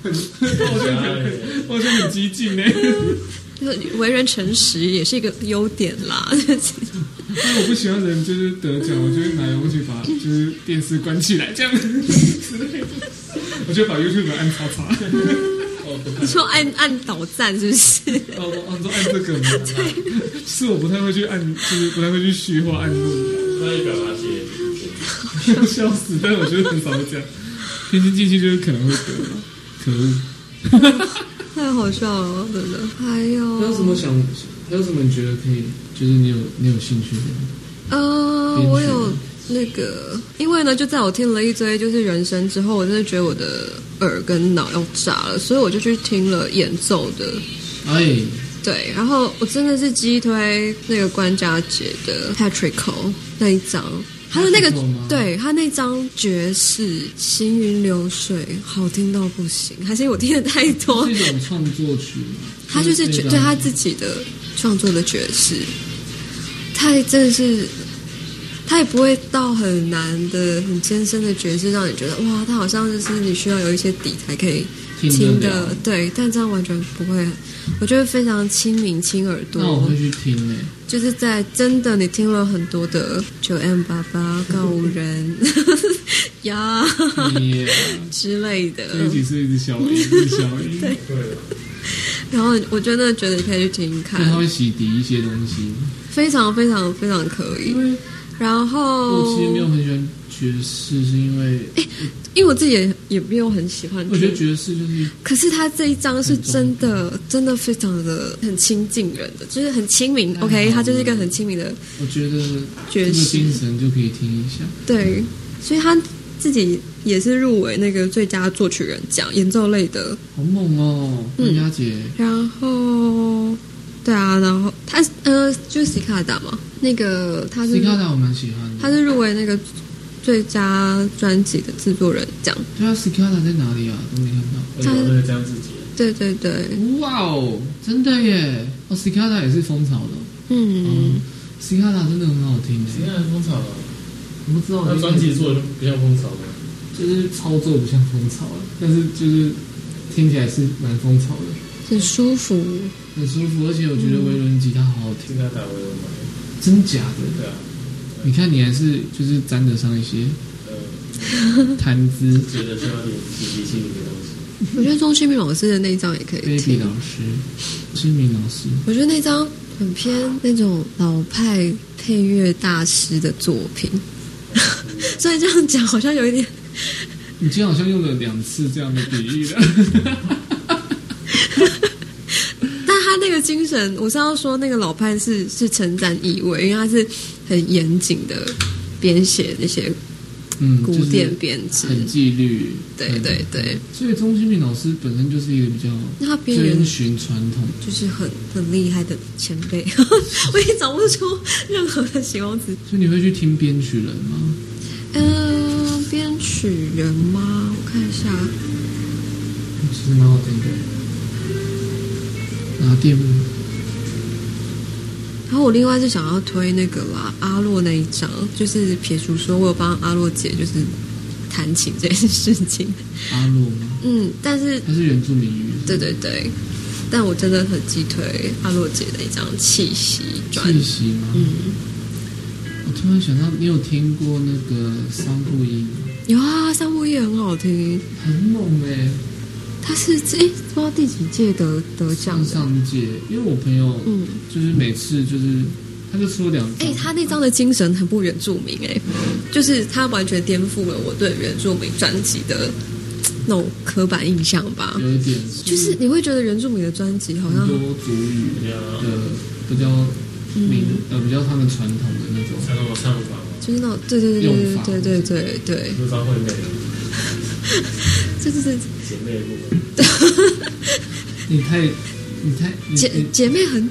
我好像很激进哎。 就是为人诚实也是一个优点啦。 但我不喜欢人就是得奖，我就会拿遥控器把就是电视关起来这样之类的。我就把 YouTube 按叉叉。 你说按导赞是不是？ 说按这个吗？是我不太会去按，就是不太会去虚化按录。 那一表达写， 笑死！但是我觉得很少会这样。偏心进去就是可能会得嘛，可恶。 太好笑了，真的。还有还有什么你觉得可以，就是你有兴趣的？ 我有那个，因为呢，就在我听了一堆就是人声之后，我真的觉得我的耳跟脑要炸了，所以我就去听了演奏的。 哎， 对，然后我真的是激推那个关家姐的 Patrico 那一张。他的那个，对他那张爵士行云流水，好听到不行，还是我听的太多？ 是一种创作曲吗？ 他就是对他自己的创作的爵士，他真的是，他也不会到很难的、很艰深的爵士，让你觉得哇，他好像就是你需要有一些底才可以听的，对，但这样完全不会，我觉得非常亲民、亲耳朵。 那我会去听诶。 就是在真的你听了很多的9M88告人呀之类的， 这一集是一只小鱼， 对。然后我真的觉得你可以去听看， 它会洗涤一些东西， 非常非常非常可以。然后我其实没有很喜欢爵士，是因为因为我自己也没有很喜欢。 我觉得爵士就是， 可是他这一张是真的非常的很亲近人的，就是很亲民。OK， 他就是一个很亲民的。 我觉得爵士精神就可以听一下。 对，所以他自己也是入围那个最佳作曲人奖，演奏类的。 好猛哦，关家姐。 然后，对啊，然后他就是斯卡达嘛，那个他是斯卡达我蛮喜欢的， 他是入围那个最佳专辑的制作人奖。 对啊，斯卡达在哪里啊？都没看到。 他那个这样自己。 对对对。 哇哦，真的耶！哦，斯卡达也是风潮的。斯卡达真的很好听诶。 斯卡达风潮啊？ 我不知道。 他专辑做的不像风潮吗？ 就是操作不像风潮啊，但是就是听起来是蛮风潮的， 很舒服， 很舒服，而且我觉得维伦吉他好好听。 斯卡达维伦吗？ 真假的？ 对啊。 你看你还是就是沾得上一些谈资， 觉得需要点洗涤心灵的东西。 我觉得钟兴民老师的那一张也可以听。 Baby 老师，兴民老师， 我觉得那张很偏那种老派配乐大师的作品。所以这样讲好像有一点， 你今天好像用了2次这样的比喻了。 但他那个精神，我是要说那个老派是称赞意味，因为他是很严谨的编写那些古典编制， 很纪律。 对对对。 所以钟兴民老师本身就是一个比较遵循传统， 就是很厉害的前辈。我也找不出任何的形容词。 所以你会去听编曲人吗？ 编曲人吗？我看一下， 其实蛮好听的。拿电。 然后我另外是想要推那个啦，阿洛那一张，就是撇除说我有帮阿洛姐就是弹琴这件事情。 阿洛吗？ 但是他是原住民语。 对对对，但我真的很激推阿洛姐的一张气息专辑。 气息吗？我突然想到，你有听过那个桑布伊吗？ 有啊，桑布伊很好听， 很猛哎。 他是不知道第几届得奖的。 上届，因为我朋友就是每次就是他就出了2张。 他那张的精神很不原住民就是他完全颠覆了我对原住民专辑的那种刻板印象吧。 有一点， 就是你会觉得原住民的专辑好像很多族语的比较比较他们传统的那种传统的唱法， 就是那种对对对对对对对， 有张惠妹， 这就是姐妹的部分。 你太姐妹很。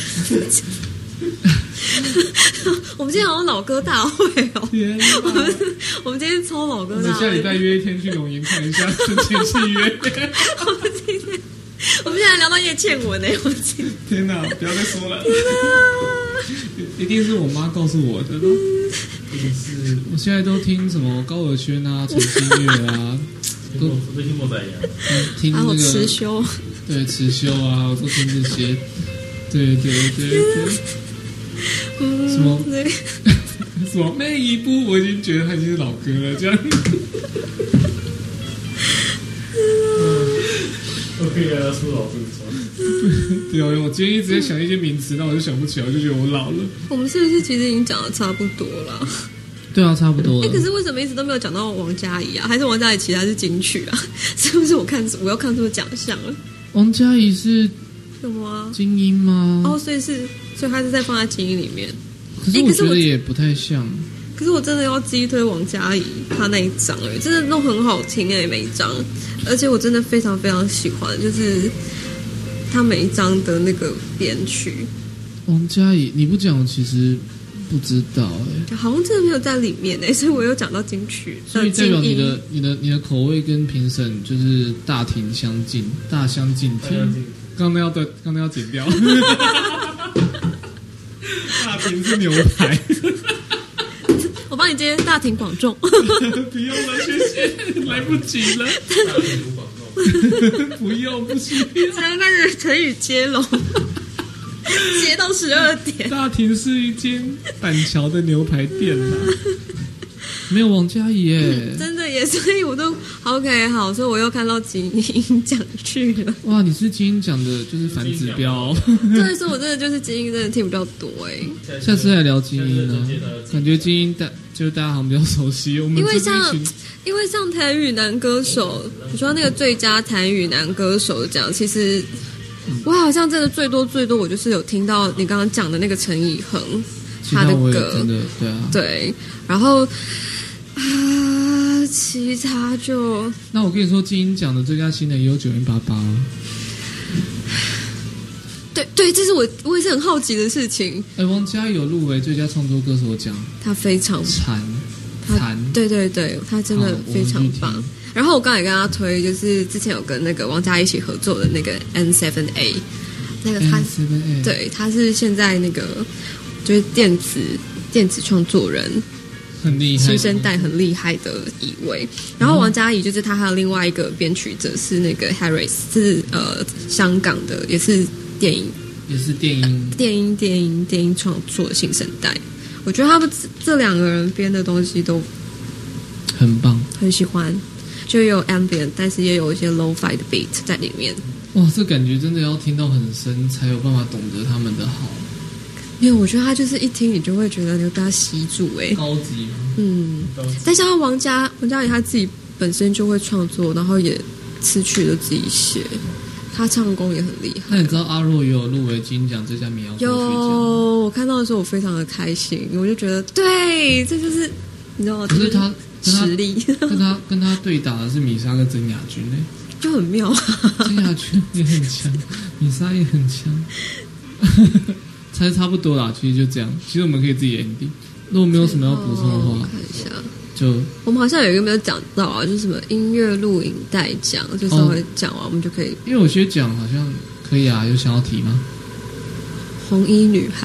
我们今天好像老歌大会哦！我们今天抽老歌大会。 下礼拜约一天去龙岩看一下《真情契约》。 我们现在聊到夜叶倩文哎，我记得。 天哪，不要再说了，一定是我妈告诉我的。是，我现在都听什么高尔宣啊、陈星月啊， 都听莫仔一样， 听那个辞修， 对辞修啊，我都听这些。对，什么什么每一步，我已经觉得他已经是老歌了，这样。 OK 啊，说老正常。 对啊，我今天一直在想一些名词，但我就想不起来，我就觉得我老了。 我们是不是其实已经讲的差不多了？ 对啊，差不多了。 可是为什么一直都没有讲到王嘉怡啊？还是王嘉怡其实是金曲啊？是不是我要看错奖项了？ 王嘉怡是什么啊？ 精英吗？ 哦，所以他是在放在精英里面。 可是我觉得也不太像。 可是我真的要击推王嘉怡她那一张真的都很好听每一张，而且我真的非常非常喜欢，就是她每一张的那个编曲。 王嘉怡，你不讲我其实不知道好像真的没有在里面所以我有讲到金曲， 所以代表你的口味跟评审就是大相径庭。刚刚要剪掉，大庭是牛排。 我帮你接大庭广众。 不用了，谢谢，来不及了。 大庭广众， 不用，不行。 才能开始成语接龙，接到12点。 大庭是一间板桥的牛排店啦，没有王嘉怡耶， 真的耶，所以我都 OK 好，所以我又看到金鹰奖去了。 哇，你是金鹰奖的，就是反指标。 对，所以我真的就是金鹰真的听比较多下次来聊金鹰呢，感觉金鹰就是大家好像比较熟悉。我们因为像台语男歌手，你说那个最佳台语男歌手奖，其实我好像真的最多，我就是有听到你刚刚讲的那个陈以恒他的歌， 真的对啊， 对，然后其他就那我跟你说，金鹰奖的最佳新人也有9188。 对，这是我也是很好奇的事情。 王嘉怡有入围最佳创作歌手奖， 他非常惨， 对，他真的非常棒。然后我刚才跟他推，就是之前有跟那个王嘉怡一起合作的那个 N7A， 那个他 N7A， 对，他是现在那个就是电子创作人。 很厉害， 新生代很厉害的一位。然后王嘉怡就是他还有另外一个编曲者是那个 Harris， 是香港的，也是电影创作的新生代。我觉得他们这两个人编的东西都很棒， 很喜欢，就有 ambient， 但是也有一些 lo-fi 的 beat 在里面。 哇，这感觉真的要听到很深，才有办法懂得他们的好。 因为我觉得他就是一听你就会觉得你会被他吸住高级但像王嘉怡他自己本身就会创作，然后也词曲都自己写，他唱功也很厉害。 那你知道阿若也有入围金奖最佳民谣歌曲奖？ 有，我看到的时候我非常的开心，我就觉得对，这就是你知道吗？可是他实力跟他对打的是米莎跟曾雅君就很妙。 曾雅君也很强，米莎也很强。才差不多啦，其实就这样。其实我们可以自己 ending， 如果没有什么要补充的话， 看一下。 就我们好像有一个没有讲到啊，就是什么音乐录影带奖，就稍微讲完我们就可以。 因为有些奖好像可以啊，有想要提吗？ 红衣女孩，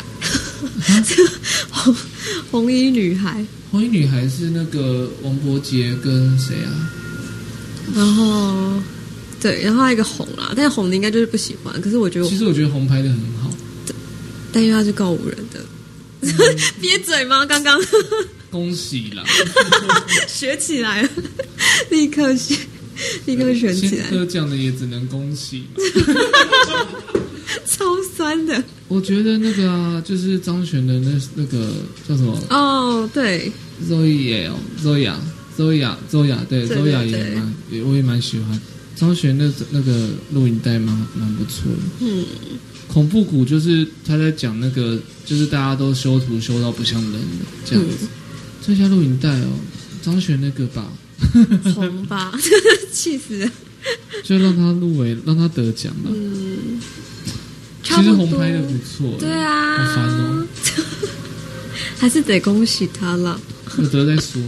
红衣女孩， 红衣女孩是那个王柏杰跟谁啊？ 然后对，然后还有一个红啦，但是红的应该就是不喜欢。可是我觉得， 其实我觉得红拍的很好。 但因为他是告五人的，憋嘴吗？刚刚恭喜啦， 学起来了，立刻选起来。 先得奖的也只能恭喜嘛， 超酸的。 我觉得那个啊，就是张悬的那个叫什么？ 哦，对 ，Zoya， 对 Zoya 也我也蛮喜欢。张悬那个录影带蛮不错的。恐怖谷就是他在讲那个，就是大家都修图修到不像人了这样子。最佳录影带哦，张悬那个吧， 红吧，气死了。 就让他入围，让他得奖了。其实红拍的不错， 对啊， 好烦哦。 还是得恭喜他了。 有得再说。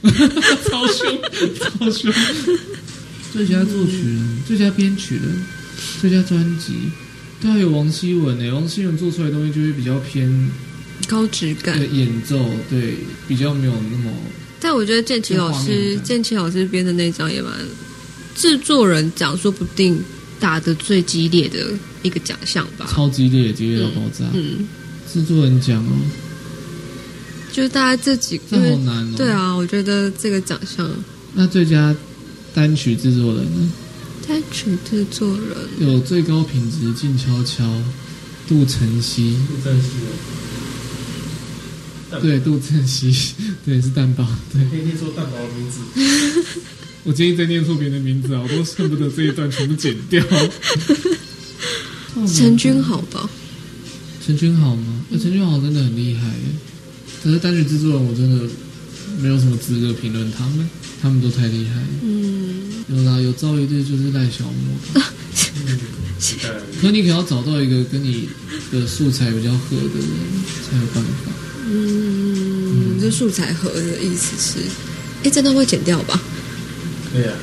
超凶。最佳作曲人、最佳编曲人， 最佳专辑，对啊，有王希文诶，王希文做出来的东西就会比较偏高质感， 演奏，对，比较没有那么。 但我觉得建奇老师编的那张也蛮，制作人奖说不定打得最激烈的一个奖项吧， 超激烈，激烈到爆炸。制作人奖哦， 就是大家这几个， 这好难哦。 对啊，我觉得这个奖项。 那最佳单曲制作人呢？ 单曲制作人有最高品质静悄悄，杜晨曦。对，杜晨曦，对，是蛋堡。对， 天天说蛋堡的名字。 我建议再念错别人的名字啊，我都恨不得这一段全部剪掉。 陈君豪吧？ 陈君豪吗？陈君豪真的很厉害耶，可是单曲制作人我真的没有什么资格评论他们都太厉害了。有啦，有朝一日就是赖小莫。可你可能要找到一个跟你的素材比较合的人才有办法。 这素材合的意思是，这段会剪掉吧？ 对啊。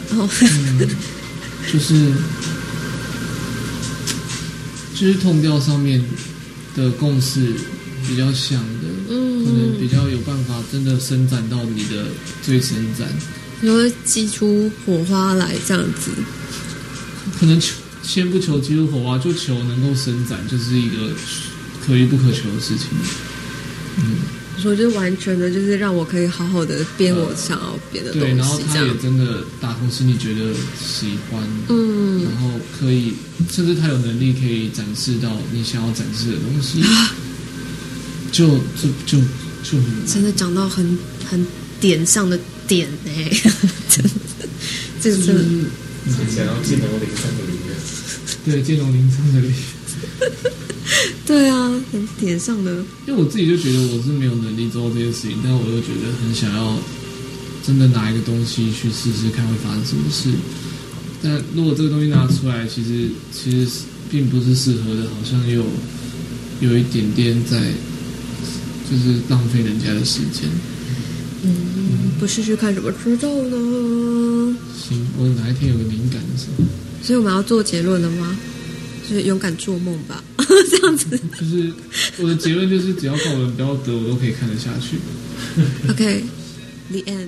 就是痛调上面的共识比较像的，可能比较有办法真的伸展到你的最伸展， 就会激出火花来这样子。 可能先不求激出火花，就求能够伸展，就是一个可遇不可求的事情。 所以就完全的就是让我可以好好的编我想要编的东西， 对，然后他也真的打从心里觉得喜欢，然后可以，甚至他有能力可以展示到你想要展示的东西，就很真的讲到很点上的点哎，真的，这个真的想要见龙灵上的灵， 对，见龙灵上的灵。 对啊，很点上的。 因为我自己就觉得我是没有能力做到这件事情，但我又觉得很想要真的拿一个东西去试试看会发生什么事。但如果这个东西拿出来，其实并不是适合的，好像有一点点在就是浪费人家的时间。 不试试看怎么知道呢？ 行，我哪一天有个灵感的时候。 所以我们要做结论了吗？就是勇敢做梦吧，这样子。 就是我的结论就是，只要告人不要得，我都可以看得下去。 OK，the end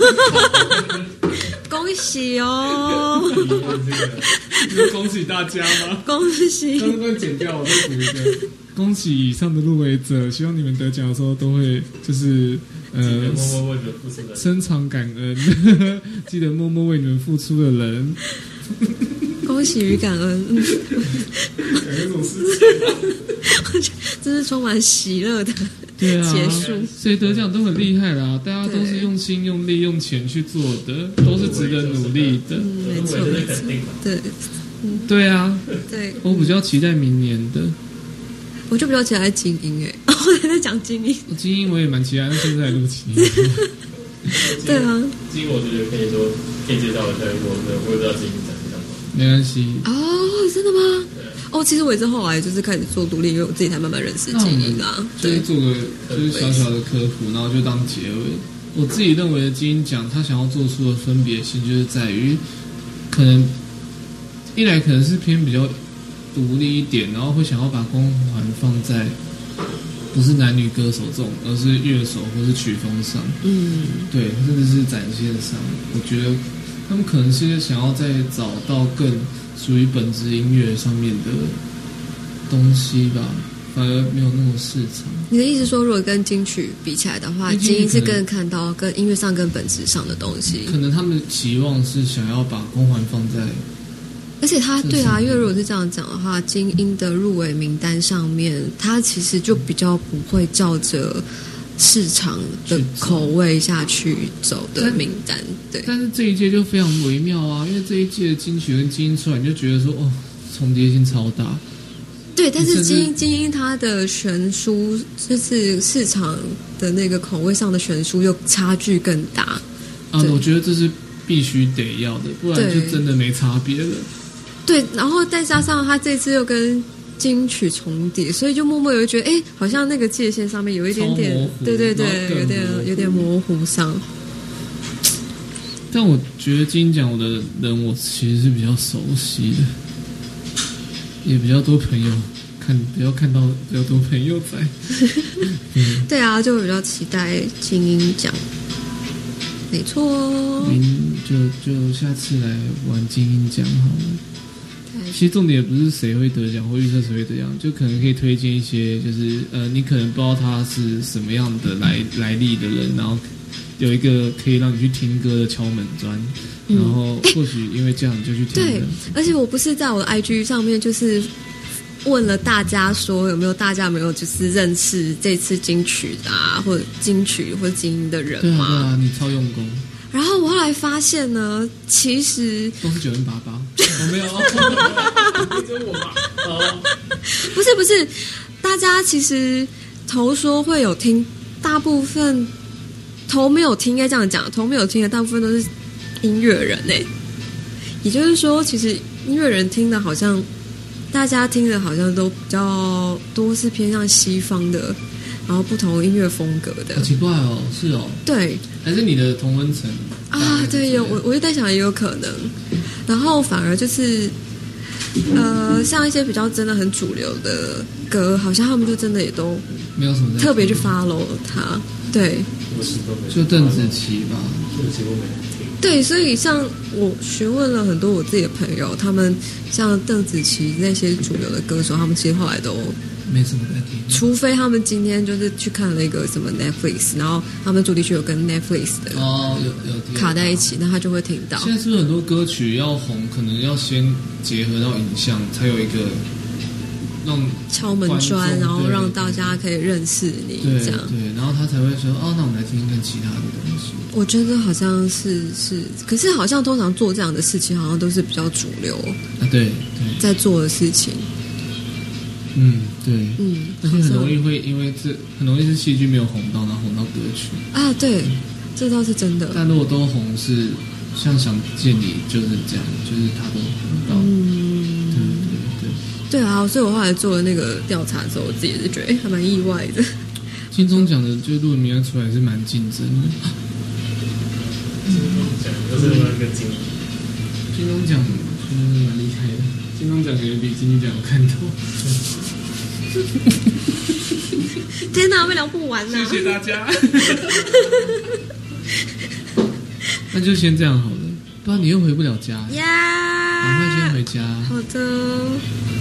恭喜哦！ 恭喜大家吗？ 恭喜！ 刚刚剪掉，我再补一个。恭喜以上的入围者，希望你们得奖的时候都会就是默默为你们付出的， 深藏感恩，记得默默为你们付出的人。 恭喜与感恩， 感恩这种事情， 这是充满喜乐的结束。 谁得奖都很厉害啦，大家都是用心、用力、用钱去做的，都是值得努力的。 没错，对， 对啊， 对， 我比较期待明年的。 我就比较期待精英我还在讲精英， 精英我也蛮期待，但现在录精英。 对啊， 精英我觉得可以介绍一下，我也不知道精英长什么样。 没关系真的吗？其实我也是后来就是开始做独立，因为我自己才慢慢认识精英啦。 就是做个就是小小的科普，然后就当结尾。我自己认为的精英奖，他想要做出的分别性，就是在于可能一来可能是偏比较独立一点，然后会想要把光环放在不是男女歌手这种，而是乐手或是曲风上。对，甚至是展现上，我觉得他们可能是想要再找到更属于本质音乐上面的东西吧，反而没有那么市场。 你的意思说，如果跟金曲比起来的话，精英是更看到跟音乐上跟本质上的东西。 可能他们期望是想要把光环放在， 而且对啊，因为如果是这样讲的话，精英的入围名单上面，它其实就比较不会照着市场的口味下去走的名单。对， 但是这一届就非常微妙啊，因为这一届的金曲跟精英出来，你就觉得说重叠性超大。 对，但是精英它的悬殊，就是市场的那个口味上的悬殊又差距更大。 我觉得这是必须得要的，不然就真的没差别了。 对，然后再加上他这次又跟金曲重叠，所以就默默有觉得，好像那个界限上面有一点点，对，有点模糊上。 但我觉得金鹰奖的人，我其实是比较熟悉的。 也比较多朋友不要看到比较多朋友在。 对啊，就会比较期待金鹰奖。没错， 就下次来玩金鹰奖好了。其实重点也不是谁会得奖或预测谁会得奖，就可能可以推荐一些，就是你可能不知道他是什么样的来历的人，然后有一个可以让你去听歌的敲门砖，然后或许因为这样你就去听了。 对，而且我不是在我的 IG 上面就是问了大家说大家有没有就是认识这次金曲啊或者金曲或者金鹰的人吗？ 对啊，你超用功。 然后我后来发现呢，其实都是988，我没有，只有我吧？ 不是，大家其实头说会有听，大部分头没有听，应该这样讲，头没有听的大部分都是音乐人欸。也就是说，其实音乐人听的好像，大家听的好像都比较多是偏向西方的，然后不同音乐风格的。 好奇怪哦，是哦， 对， 还是你的同温层啊？对，我就在想也有可能，然后反而就是像一些比较真的很主流的歌，好像他们就真的也都没有什么特别去 follow 它。对， 就邓紫棋吧， 邓紫棋我没听。 对，所以像我询问了很多我自己的朋友，他们像邓紫棋那些主流的歌手，他们其实后来都没什么在听， 除非他们今天就是去看了一个什么 Netflix， 然后他们主题曲有跟 Netflix 的有卡在一起，那他就会听到。 现在是不是很多歌曲要红，可能要先结合到影像，才有一个让敲门砖，然后让大家可以认识你，这样对，然后他才会说那我们来听听看其他的东西。 我觉得好像是，可是好像通常做这样的事情，好像都是比较主流对， 在做的事情。 对，而且很容易会因为很容易是戏剧没有红到，然后红到歌曲啊，对，这倒是真的。 但如果都红是像想见你就是这样，就是他都红到， 对啊，所以我后来做了那个调查之后，我自己也是觉得还蛮意外的。 金钟奖的就录名单出来是蛮竞争的。 金钟奖就是那个金钟奖就是蛮厉害的，金钟奖感觉比金曲奖有看头。 天哪，我们聊不完呐！ 谢谢大家。那就先这样好了，不然你又回不了家。 呀， 赶快先回家。 好的。